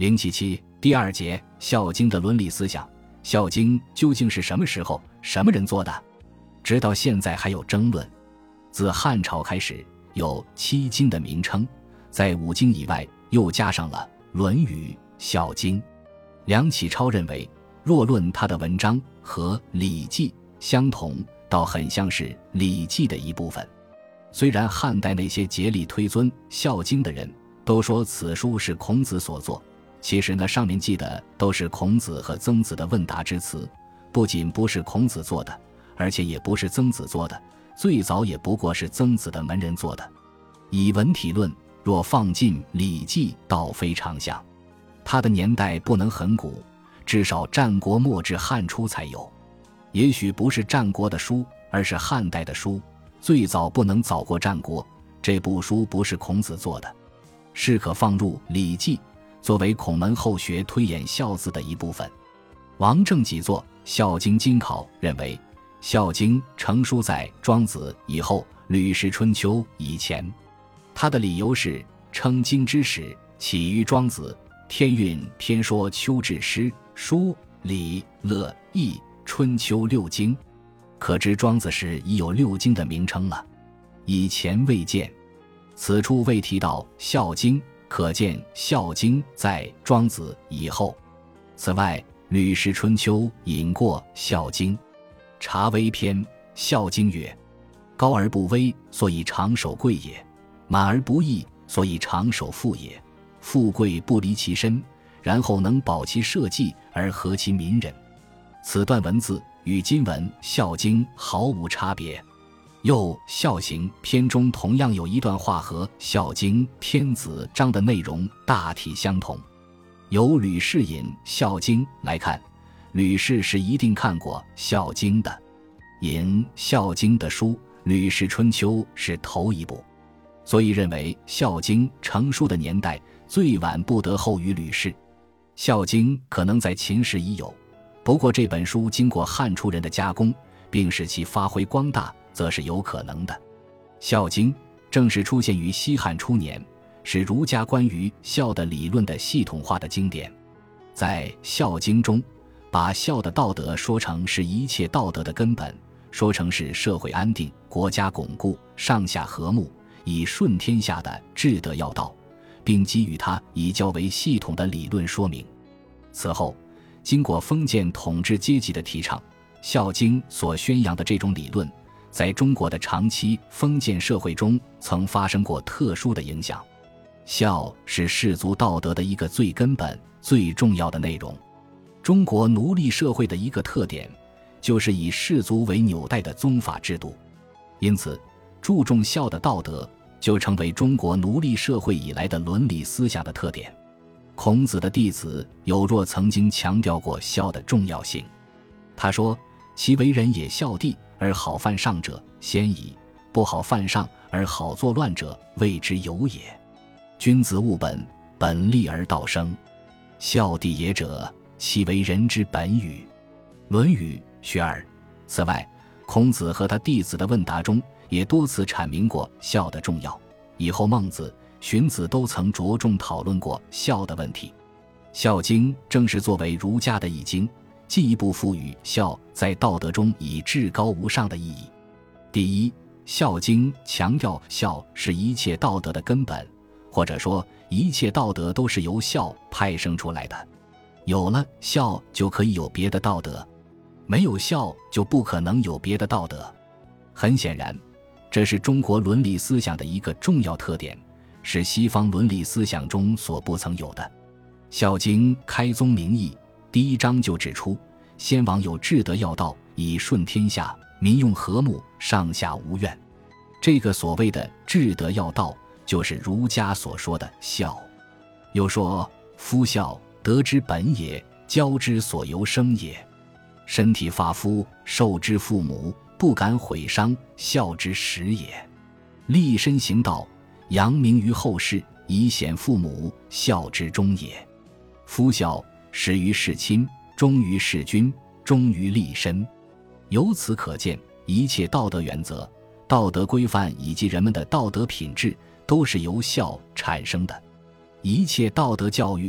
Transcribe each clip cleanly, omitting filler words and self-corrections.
077第2节《孝经》的伦理思想。《孝经》究竟是什么时候、什么人做的？直到现在还有争论。自汉朝开始，有7经的名称，在5经以外又加上了《论语》《孝经》。梁启超认为，若论他的文章和《礼记》相同，倒很像是《礼记》的一部分。虽然汉代那些竭力推尊《孝经》的人都说此书是孔子所作，其实那上面记的都是孔子和曾子的问答之词，不仅不是孔子做的，而且也不是曾子做的，最早也不过是曾子的门人做的。以文体论，若放进《礼记》倒非常像，它的年代不能很古，至少战国末至汉初才有。也许不是战国的书，而是汉代的书，最早不能早过战国，这部书不是孔子做的，是可放入《礼记》，作为孔门后学推演孝字的一部分。王正己作《孝经经考》认为，《孝经》成书在庄子以后，吕氏春秋以前。他的理由是称经之始起于庄子，天运偏说秋至诗、书、礼、乐、易、春秋6经，可知庄子时已有6经的名称了，以前未见。此处未提到《孝经》，可见《孝经》在庄子以后。此外，吕氏春秋引过《孝经》，察微篇《孝经》曰：高而不危，所以长守贵也；满而不溢，所以长守富也。富贵不离其身，然后能保其社稷而和其民人。此段文字与今文《孝经》毫无差别。又《孝行》篇中同样有一段话和《孝经》天子章的内容大体相同。由吕氏引《孝经》来看，吕氏是一定看过《孝经》的。引《孝经》的书《吕氏春秋》是头一部，所以认为《孝经》成书的年代最晚不得后于吕氏。《孝经》可能在秦时已有，不过这本书经过汉初人的加工，并使其发挥光大，则是有可能的。《孝经》正是出现于西汉初年，是儒家关于孝的理论的系统化的经典。在《孝经》中，把孝的道德说成是一切道德的根本，说成是社会安定、国家巩固、上下和睦、以顺天下的治德要道，并给予它以较为系统的理论说明。此后，经过封建统治阶级的提倡，《孝经》所宣扬的这种理论，在中国的长期封建社会中曾发生过特殊的影响。孝是士族道德的一个最根本、最重要的内容。中国奴隶社会的一个特点，就是以士族为纽带的宗法制度，因此注重孝的道德就成为中国奴隶社会以来的伦理思想的特点。孔子的弟子有若曾经强调过孝的重要性。他说：其为人也孝弟，而好犯上者，先矣；不好犯上而好作乱者，谓之有也。君子务本，本立而道生。孝弟也者，其为人之本与。论语学而。此外，孔子和他弟子的问答中也多次阐明过孝的重要，以后孟子、荀子都曾着重讨论过孝的问题。《孝经》正是作为儒家的一经，进一步赋予孝在道德中以至高无上的意义。第一，《孝经》强调孝是一切道德的根本，或者说一切道德都是由孝派生出来的。有了孝就可以有别的道德，没有孝就不可能有别的道德。很显然，这是中国伦理思想的一个重要特点，是西方伦理思想中所不曾有的。《孝经》开宗明义，第1章就指出，先王有治德要道，以顺天下，民用和睦，上下无怨。这个所谓的治德要道，就是儒家所说的孝。又说：夫孝，德之本也，教之所由生也。身体发肤，受之父母，不敢毁伤，孝之始也。立身行道，扬名于后世，以显父母，孝之终也。夫孝，始于事亲，忠于事君，忠于立身。由此可见，一切道德原则、道德规范以及人们的道德品质，都是由孝产生的。一切道德教育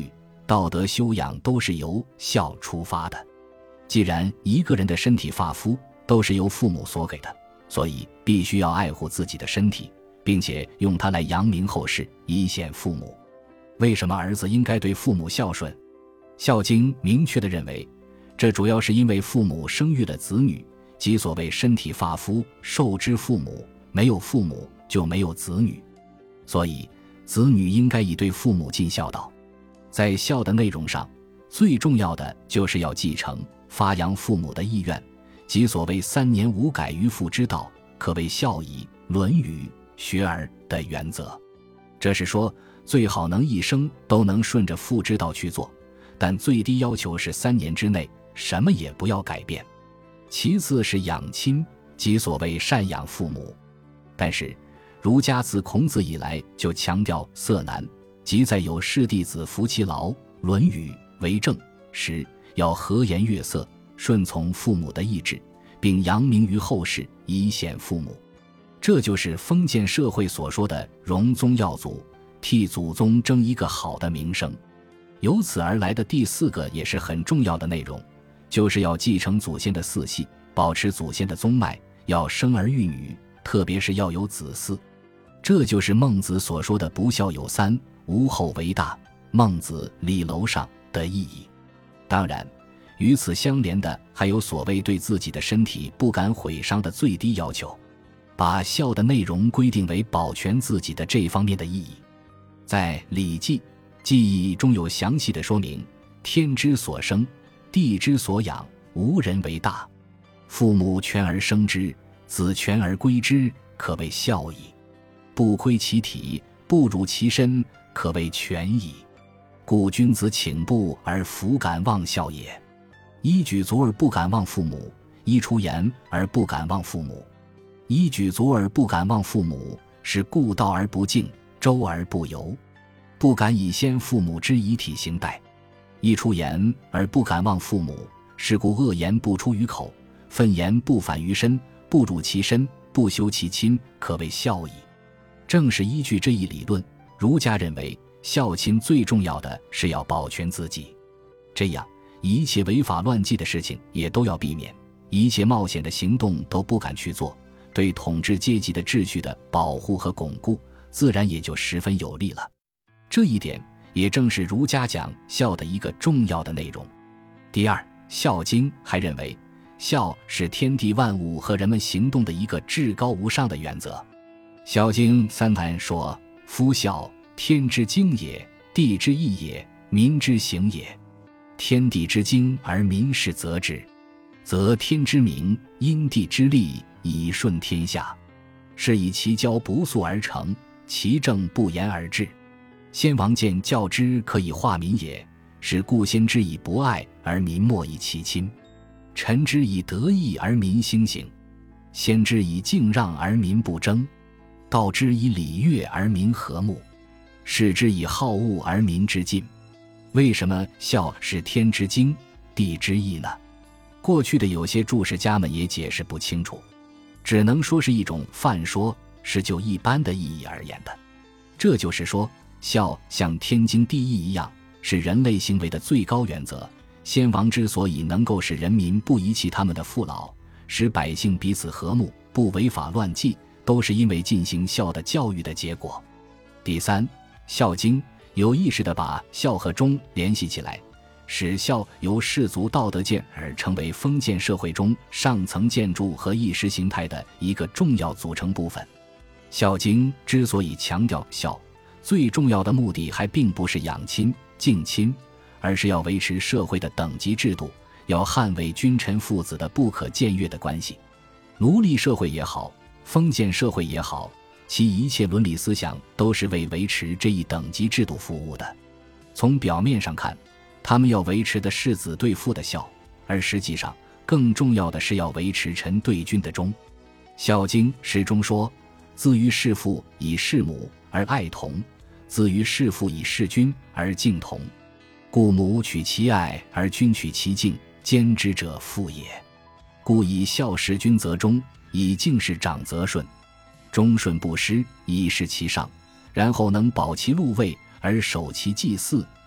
道德修养都是由孝出发的。既然一个人的身体发肤都是由父母所给的，所以必须要爱护自己的身体，并且用它来扬名后世，以显父母。为什么儿子应该对父母孝顺？《孝经》明确地认为，这主要是因为父母生育了子女，即所谓身体发肤，受之父母，没有父母就没有子女，所以子女应该以对父母尽孝道。在孝的内容上，最重要的就是要继承发扬父母的意愿，即所谓3年无改于父之道，可谓孝矣，《论语·学而》的原则。这是说最好能一生都能顺着父之道去做，但最低要求是3年之内什么也不要改变。其次是养亲，即所谓赡养父母。但是儒家自孔子以来就强调色难，即在有事弟子服其劳，《论语·为政》时要和颜悦色，顺从父母的意志，并扬名于后世，以显父母。这就是封建社会所说的荣宗耀祖，替祖宗争一个好的名声。由此而来的第4个也是很重要的内容，就是要继承祖先的嗣系，保持祖先的宗脉，要生儿育女，特别是要有子嗣。这就是孟子所说的不孝有三，无后为大，孟子李楼上的意义。当然与此相连的还有所谓对自己的身体不敢毁伤的最低要求，把孝的内容规定为保全自己的这方面的意义。在《礼记·记忆》中有详细的说明，天之所生，地之所养，无人为大。父母全而生之，子全而归之，可谓孝矣。不亏其体，不辱其身，可谓全矣。故君子请步而弗敢忘孝也。一举足而不敢忘父母，一出言而不敢忘父母。一举足而不敢忘父母，是故道而不敬，周而不游，不敢以先父母之遗体行待。一出言而不敢忘父母，是故恶言不出于口，愤言不反于身，不辱其身，不羞其亲，可谓孝矣。正是依据这一理论，儒家认为孝亲最重要的是要保全自己，这样一切违法乱纪的事情也都要避免，一切冒险的行动都不敢去做，对统治阶级的秩序的保护和巩固自然也就十分有利了。这一点也正是儒家讲孝的一个重要的内容。第二，《孝经》还认为孝是天地万物和人们行动的一个至高无上的原则。《孝经》3谈说：夫孝，天之经也，地之义也，民之行也。天地之经而民事责之，则天之明，因地之利，以顺天下。是以其教不速而成，其政不言而治。先王见教之可以化民也，是故先之以博爱而民莫以其亲，臣之以德义而民兴行，先之以敬让而民不争，道之以礼乐而民和睦，士之以好恶而民之敬。为什么孝是天之经，地之义呢？过去的有些注释家们也解释不清楚，只能说是一种泛说，是就一般的意义而言的。这就是说，孝像天经地义一样，是人类行为的最高原则。先王之所以能够使人民不遗弃他们的父老，使百姓彼此和睦，不违法乱纪，都是因为进行孝的教育的结果。第三，《孝经》有意识地把孝和忠联系起来，使孝由氏族道德建而成为封建社会中上层建筑和意识形态的一个重要组成部分。《孝经》之所以强调孝，最重要的目的还并不是养亲敬亲，而是要维持社会的等级制度，要捍卫君臣父子的不可僭越的关系。奴隶社会也好，封建社会也好，其一切伦理思想都是为维持这一等级制度服务的。从表面上看，他们要维持的是子对父的孝，而实际上更重要的是要维持臣对君的忠。《孝经》始终说：自于弑父以弑母而爱童，自于弑父以弑君而敬童。故母取其爱而君取其敬，兼之者父也。故以孝事君则忠，以敬事长则顺。忠顺不失，以事其上，然后能保其禄位而守其祭祀，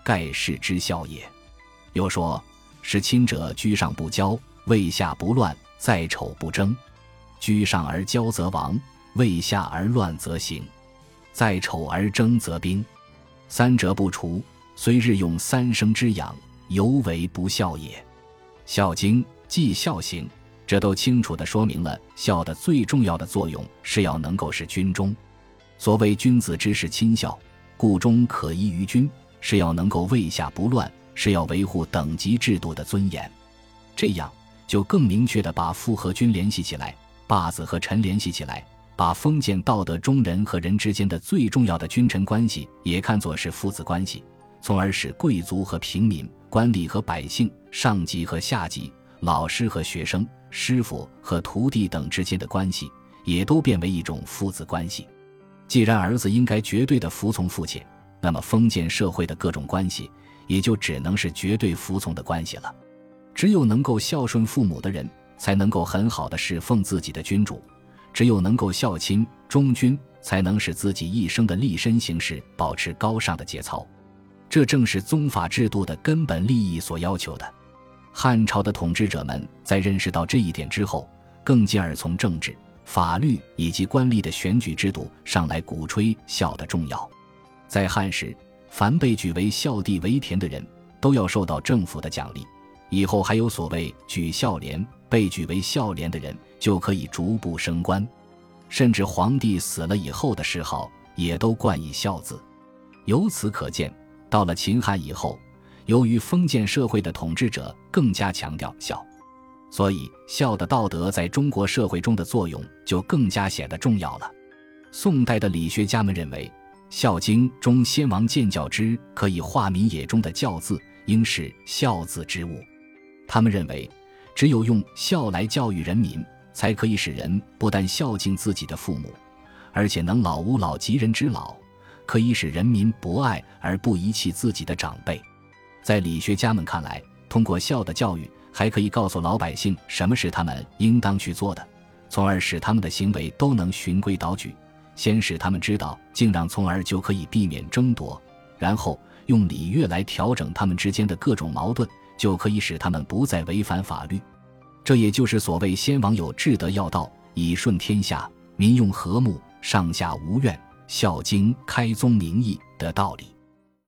盖世之孝也。又说，是亲者居上不骄，位下不乱，在丑不争。居上而骄则亡，位下而乱则行，在丑而争则兵。三者不除，虽日用三生之养，犹为不孝也。孝经、记孝行，这都清楚地说明了孝的最重要的作用是要能够使君忠。所谓君子之事亲孝，故忠可依于君，是要能够位下不乱，是要维护等级制度的尊严。这样就更明确地把父和君联系起来，把子和臣联系起来，把封建道德中人和人之间的最重要的君臣关系也看作是父子关系，从而使贵族和平民、官吏和百姓、上级和下级、老师和学生、师傅和徒弟等之间的关系也都变为一种父子关系。既然儿子应该绝对的服从父亲，那么封建社会的各种关系也就只能是绝对服从的关系了。只有能够孝顺父母的人，才能够很好的侍奉自己的君主，只有能够孝亲忠君，才能使自己一生的立身行事保持高尚的节操。这正是宗法制度的根本利益所要求的。汉朝的统治者们在认识到这一点之后，更进而从政治、法律以及官吏的选举制度上来鼓吹孝的重要。在汉时，凡被举为孝弟为田的人都要受到政府的奖励，以后还有所谓举孝廉，被举为孝廉的人就可以逐步升官，甚至皇帝死了以后的谥号也都冠以孝字。由此可见，到了秦汉以后，由于封建社会的统治者更加强调孝，所以孝的道德在中国社会中的作用就更加显得重要了。宋代的理学家们认为，孝经中先王见教之可以化民也中的教字应是孝字之物。他们认为，只有用孝来教育人民，才可以使人不但孝敬自己的父母，而且能老吾老及人之老，可以使人民博爱而不遗弃自己的长辈。在理学家们看来，通过孝的教育，还可以告诉老百姓什么是他们应当去做的，从而使他们的行为都能循规蹈矩，先使他们知道敬让，从而就可以避免争夺，然后用礼乐来调整他们之间的各种矛盾，就可以使他们不再违反法律。这也就是所谓先王有治德要道，以顺天下，民用和睦，上下无怨，孝经开宗明义的道理。